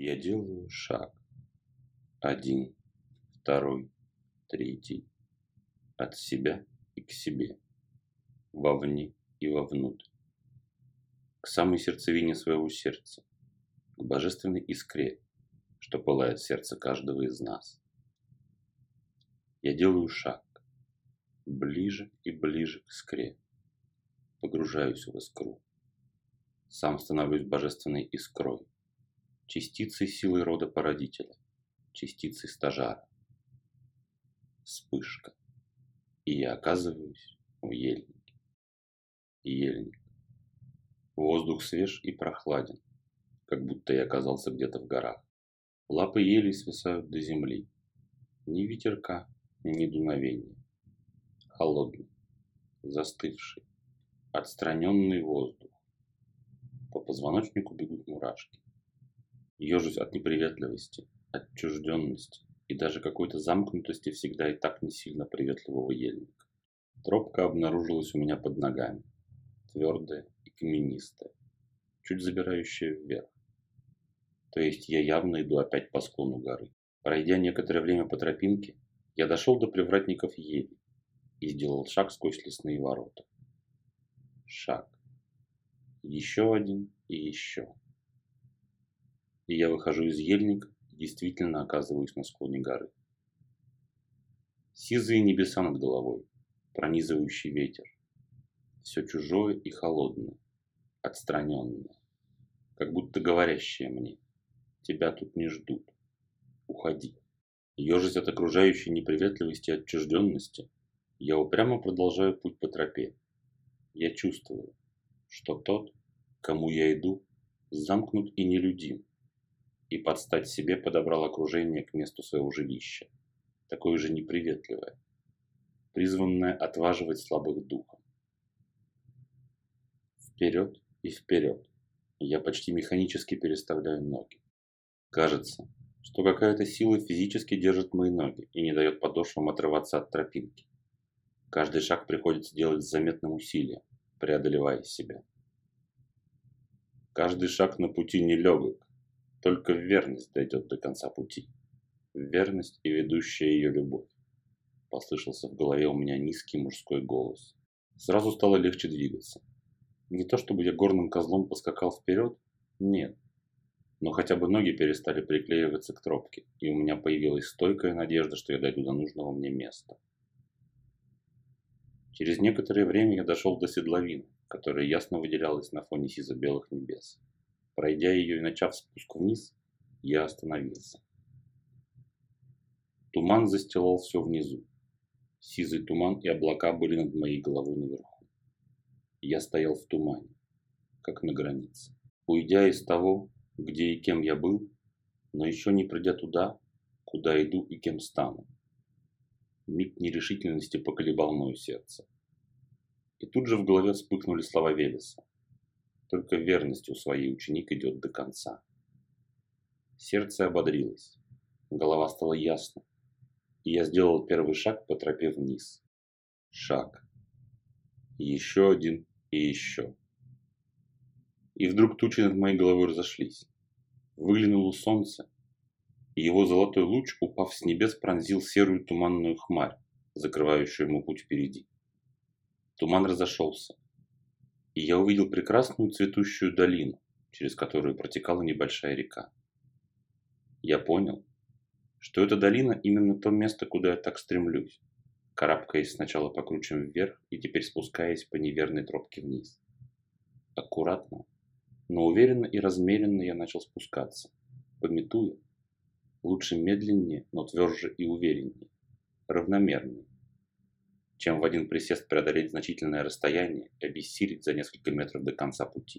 Я делаю шаг. 1, 2, 3. От себя и к себе. Вовне и вовнутрь. К самой сердцевине своего сердца. К божественной искре, что пылает в сердце каждого из нас. Я делаю шаг. Ближе и ближе к искре. Погружаюсь в искру. Сам становлюсь божественной искрой. Частицей силы рода породителя. Частицей стажара. Вспышка. И я оказываюсь в ельнике. Ельник. Воздух свеж и прохладен, как будто я оказался где-то в горах. Лапы елей свисают до земли. Ни ветерка, ни дуновения. Холодный, застывший, отстраненный воздух. По позвоночнику бегут мурашки. Ежусь от неприветливости, отчужденности и даже какой-то замкнутости всегда и так не сильно приветливого ельника. Тропка обнаружилась у меня под ногами, твердая и каменистая, чуть забирающая вверх. То есть я явно иду опять по склону горы. Пройдя некоторое время по тропинке, я дошел до привратников ели и сделал шаг сквозь лесные ворота. Шаг. Еще один и еще. И я выхожу из ельника и действительно оказываюсь на склоне горы. Сизые небеса над головой, пронизывающий ветер. Все чужое и холодное, отстраненное, как будто говорящее мне: тебя тут не ждут, уходи. Ежась от окружающей неприветливости и отчужденности, я упрямо продолжаю путь по тропе. Я чувствую, что тот, к кому я иду, замкнут и нелюдим, и под стать себе подобрал окружение к месту своего жилища, такое же неприветливое, призванное отваживать слабых духом. Вперед и вперед я почти механически переставляю ноги. Кажется, что какая-то сила физически держит мои ноги и не дает подошвам отрываться от тропинки. Каждый шаг приходится делать с заметным усилием, преодолевая себя. Каждый шаг на пути нелегок, только верность дойдет до конца пути. Верность и ведущая ее любовь. Послышался в голове у меня низкий мужской голос. Сразу стало легче двигаться. Не то чтобы я горным козлом поскакал вперед, нет. Но хотя бы ноги перестали приклеиваться к тропке, и у меня появилась стойкая надежда, что я дойду до нужного мне места. Через некоторое время я дошел до седловины, которая ясно выделялась на фоне сизо-белых небес. Пройдя ее и начав спуск вниз, я остановился. Туман застилал все внизу. Сизый туман и облака были над моей головой наверху. Я стоял в тумане, как на границе. Уйдя из того, где и кем я был, но еще не придя туда, куда иду и кем стану. Миг нерешительности поколебал мое сердце. И тут же в голове вспыхнули слова Велеса. Только верностью своей ученик идет до конца. Сердце ободрилось, голова стала ясна, и я сделал первый шаг по тропе вниз. Шаг. Еще один и еще. И вдруг тучи над моей головой разошлись. Выглянуло солнце, и его золотой луч, упав с небес, пронзил серую туманную хмарь, закрывающую ему путь впереди. Туман разошелся, и я увидел прекрасную цветущую долину, через которую протекала небольшая река. Я понял, что эта долина именно то место, куда я так стремлюсь, карабкаясь сначала по кручам вверх и теперь спускаясь по неверной тропке вниз. Аккуратно, но уверенно и размеренно я начал спускаться, памятуя, лучше медленнее, но тверже и увереннее, равномернее, чем в один присест преодолеть значительное расстояние и обессилить за несколько метров до конца пути.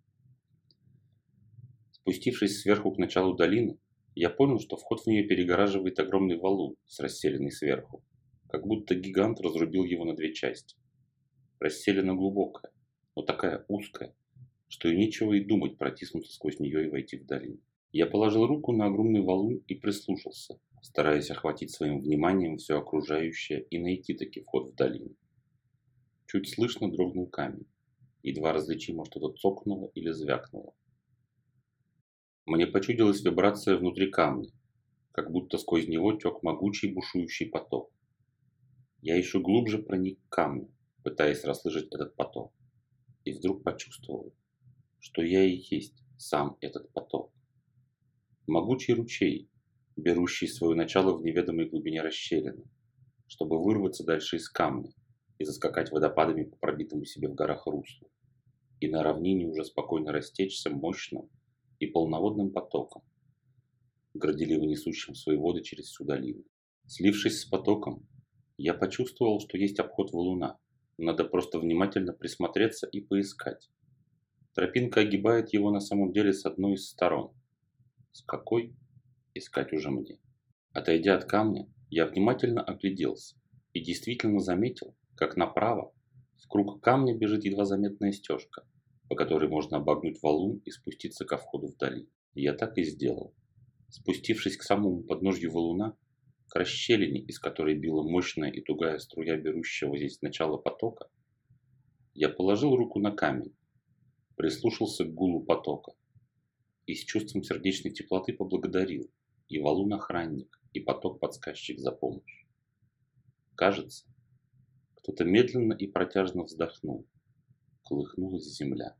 Спустившись сверху к началу долины, я понял, что вход в нее перегораживает огромный валун с расселенной сверху, как будто гигант разрубил его на две части. Расселена глубокая, но такая узкая, что и нечего и думать протиснуться сквозь нее и войти в долину. Я положил руку на огромный валун и прислушался, стараясь охватить своим вниманием все окружающее и найти-таки вход в долину. Чуть слышно дрогнул камень, едва различимо что-то цокнуло или звякнуло. Мне почудилась вибрация внутри камня, как будто сквозь него тек могучий бушующий поток. Я еще глубже проник к камню, пытаясь расслышать этот поток, и вдруг почувствовал, что я и есть сам этот поток. Могучий ручей, берущий свое начало в неведомой глубине расщелины, чтобы вырваться дальше из камня и заскакать водопадами по пробитому себе в горах руслу, и на равнине уже спокойно растечься мощным и полноводным потоком, горделиво несущим свои воды через всю долину. Слившись с потоком, я почувствовал, что есть обход валуна. Надо просто внимательно присмотреться и поискать. Тропинка огибает его на самом деле с одной из сторон. С какой? Искать уже мне. Отойдя от камня, я внимательно огляделся и действительно заметил, как направо, в круг камня бежит едва заметная стежка, по которой можно обогнуть валун и спуститься ко входу в долину. И я так и сделал. Спустившись к самому подножью валуна, к расщелине, из которой била мощная и тугая струя берущего здесь начала потока, я положил руку на камень, прислушался к гулу потока и с чувством сердечной теплоты поблагодарил и валун-охранник, и поток-подсказчик за помощь. Кажется, кто-то медленно и протяжно вздохнул, колыхнулась земля.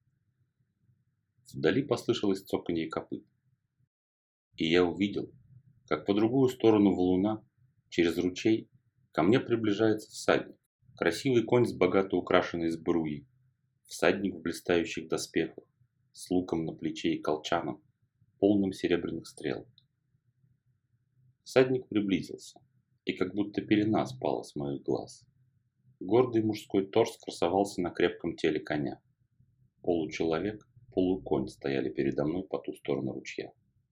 Вдали послышалось цоканье копыт, и я увидел, как по другую сторону валуна, через ручей, ко мне приближается всадник. Красивый конь с богато украшенной сбруей, всадник в блистающих доспехах, с луком на плече и колчаном, полным серебряных стрел. Всадник приблизился, и как будто пелена спала с моих глаз. Гордый мужской торс красовался на крепком теле коня. Получеловек, полуконь стояли передо мной по ту сторону ручья.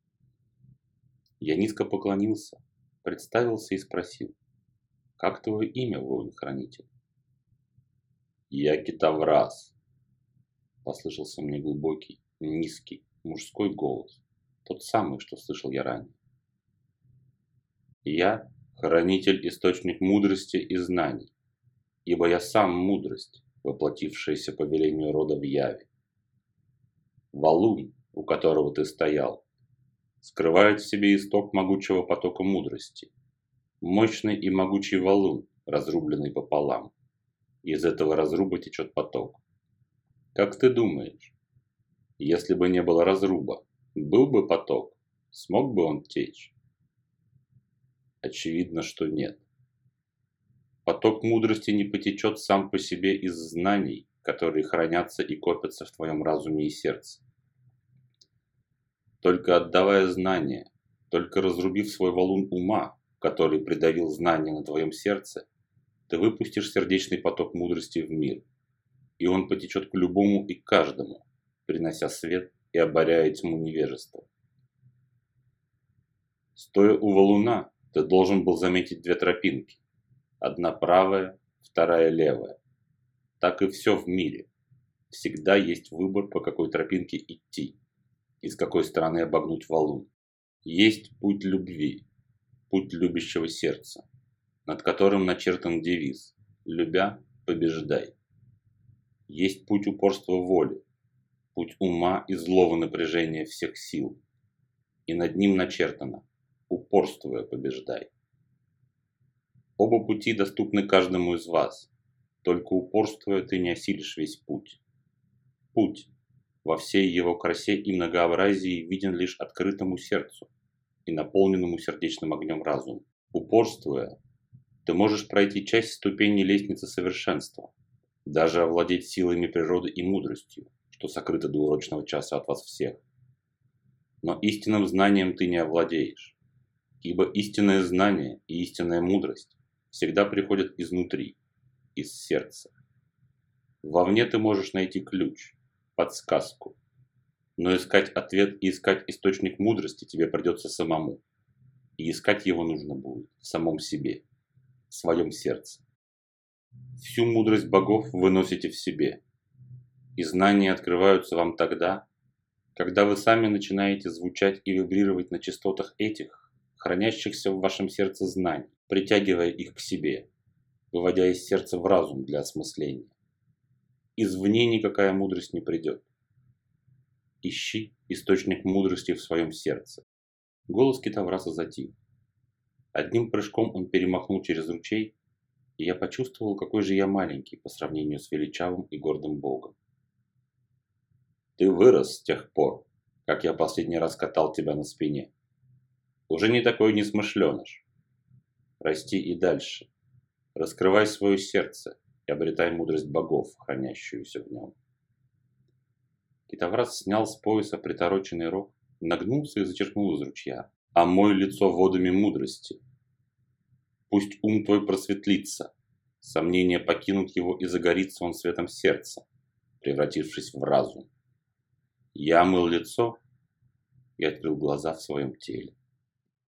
Я низко поклонился, представился и спросил: «Как твое имя, воин-хранитель?» «Я Китаврас», — послышался мне глубокий, низкий, мужской голос, тот самый, что слышал я ранее. «Я — хранитель, источник мудрости и знаний, ибо я сам мудрость, воплотившаяся по велению рода в Яве. Валун, у которого ты стоял, скрывает в себе исток могучего потока мудрости, мощный и могучий валун, разрубленный пополам. Из этого разруба течет поток. Как ты думаешь, если бы не было разруба, был бы поток? Смог бы он течь?» Очевидно, что нет. Поток мудрости не потечет сам по себе из знаний, которые хранятся и копятся в твоем разуме и сердце. Только отдавая знания, только разрубив свой валун ума, который придавил знания на твоем сердце, ты выпустишь сердечный поток мудрости в мир, и он потечет к любому и каждому, принося свет и оборяя тьму невежества. Стоя у валуна, ты должен был заметить две тропинки. Одна правая, вторая левая. Так и все в мире. Всегда есть выбор, по какой тропинке идти, и с какой стороны обогнуть валун. Есть путь любви, путь любящего сердца, над которым начертан девиз «Любя, побеждай». Есть путь упорства воли, путь ума и злого напряжения всех сил, и над ним начертано «Упорствуя, побеждай». Оба пути доступны каждому из вас, только упорствуя ты не осилишь весь путь. Путь во всей его красе и многообразии виден лишь открытому сердцу и наполненному сердечным огнем разуму. Упорствуя, ты можешь пройти часть ступеней лестницы совершенства, даже овладеть силами природы и мудростью, что сокрыто до урочного часа от вас всех. Но истинным знанием ты не овладеешь, ибо истинное знание и истинная мудрость всегда приходят изнутри, из сердца. Вовне ты можешь найти ключ, подсказку, но искать ответ и искать источник мудрости тебе придется самому, и искать его нужно будет в самом себе, в своем сердце. Всю мудрость богов вы носите в себе, и знания открываются вам тогда, когда вы сами начинаете звучать и вибрировать на частотах этих, хранящихся в вашем сердце знаний, притягивая их к себе, выводя из сердца в разум для осмысления. Извне никакая мудрость не придет. ищи источник мудрости в своем сердце. Голос Китавраса затих. Одним прыжком он перемахнул через ручей, и я почувствовал, какой же я маленький по сравнению с величавым и гордым богом. Ты вырос с тех пор, как я последний раз катал тебя на спине. Уже не такой несмышленыш. Расти и дальше. Раскрывай свое сердце и обретай мудрость богов, хранящуюся в нем. Китаврас снял с пояса притороченный рог, нагнулся и зачерпнул из ручья. Омой лицо водами мудрости. Пусть ум твой просветлится, сомнения покинут его и загорится он светом сердца, превратившись в разум. Я омыл лицо и открыл глаза в своем теле.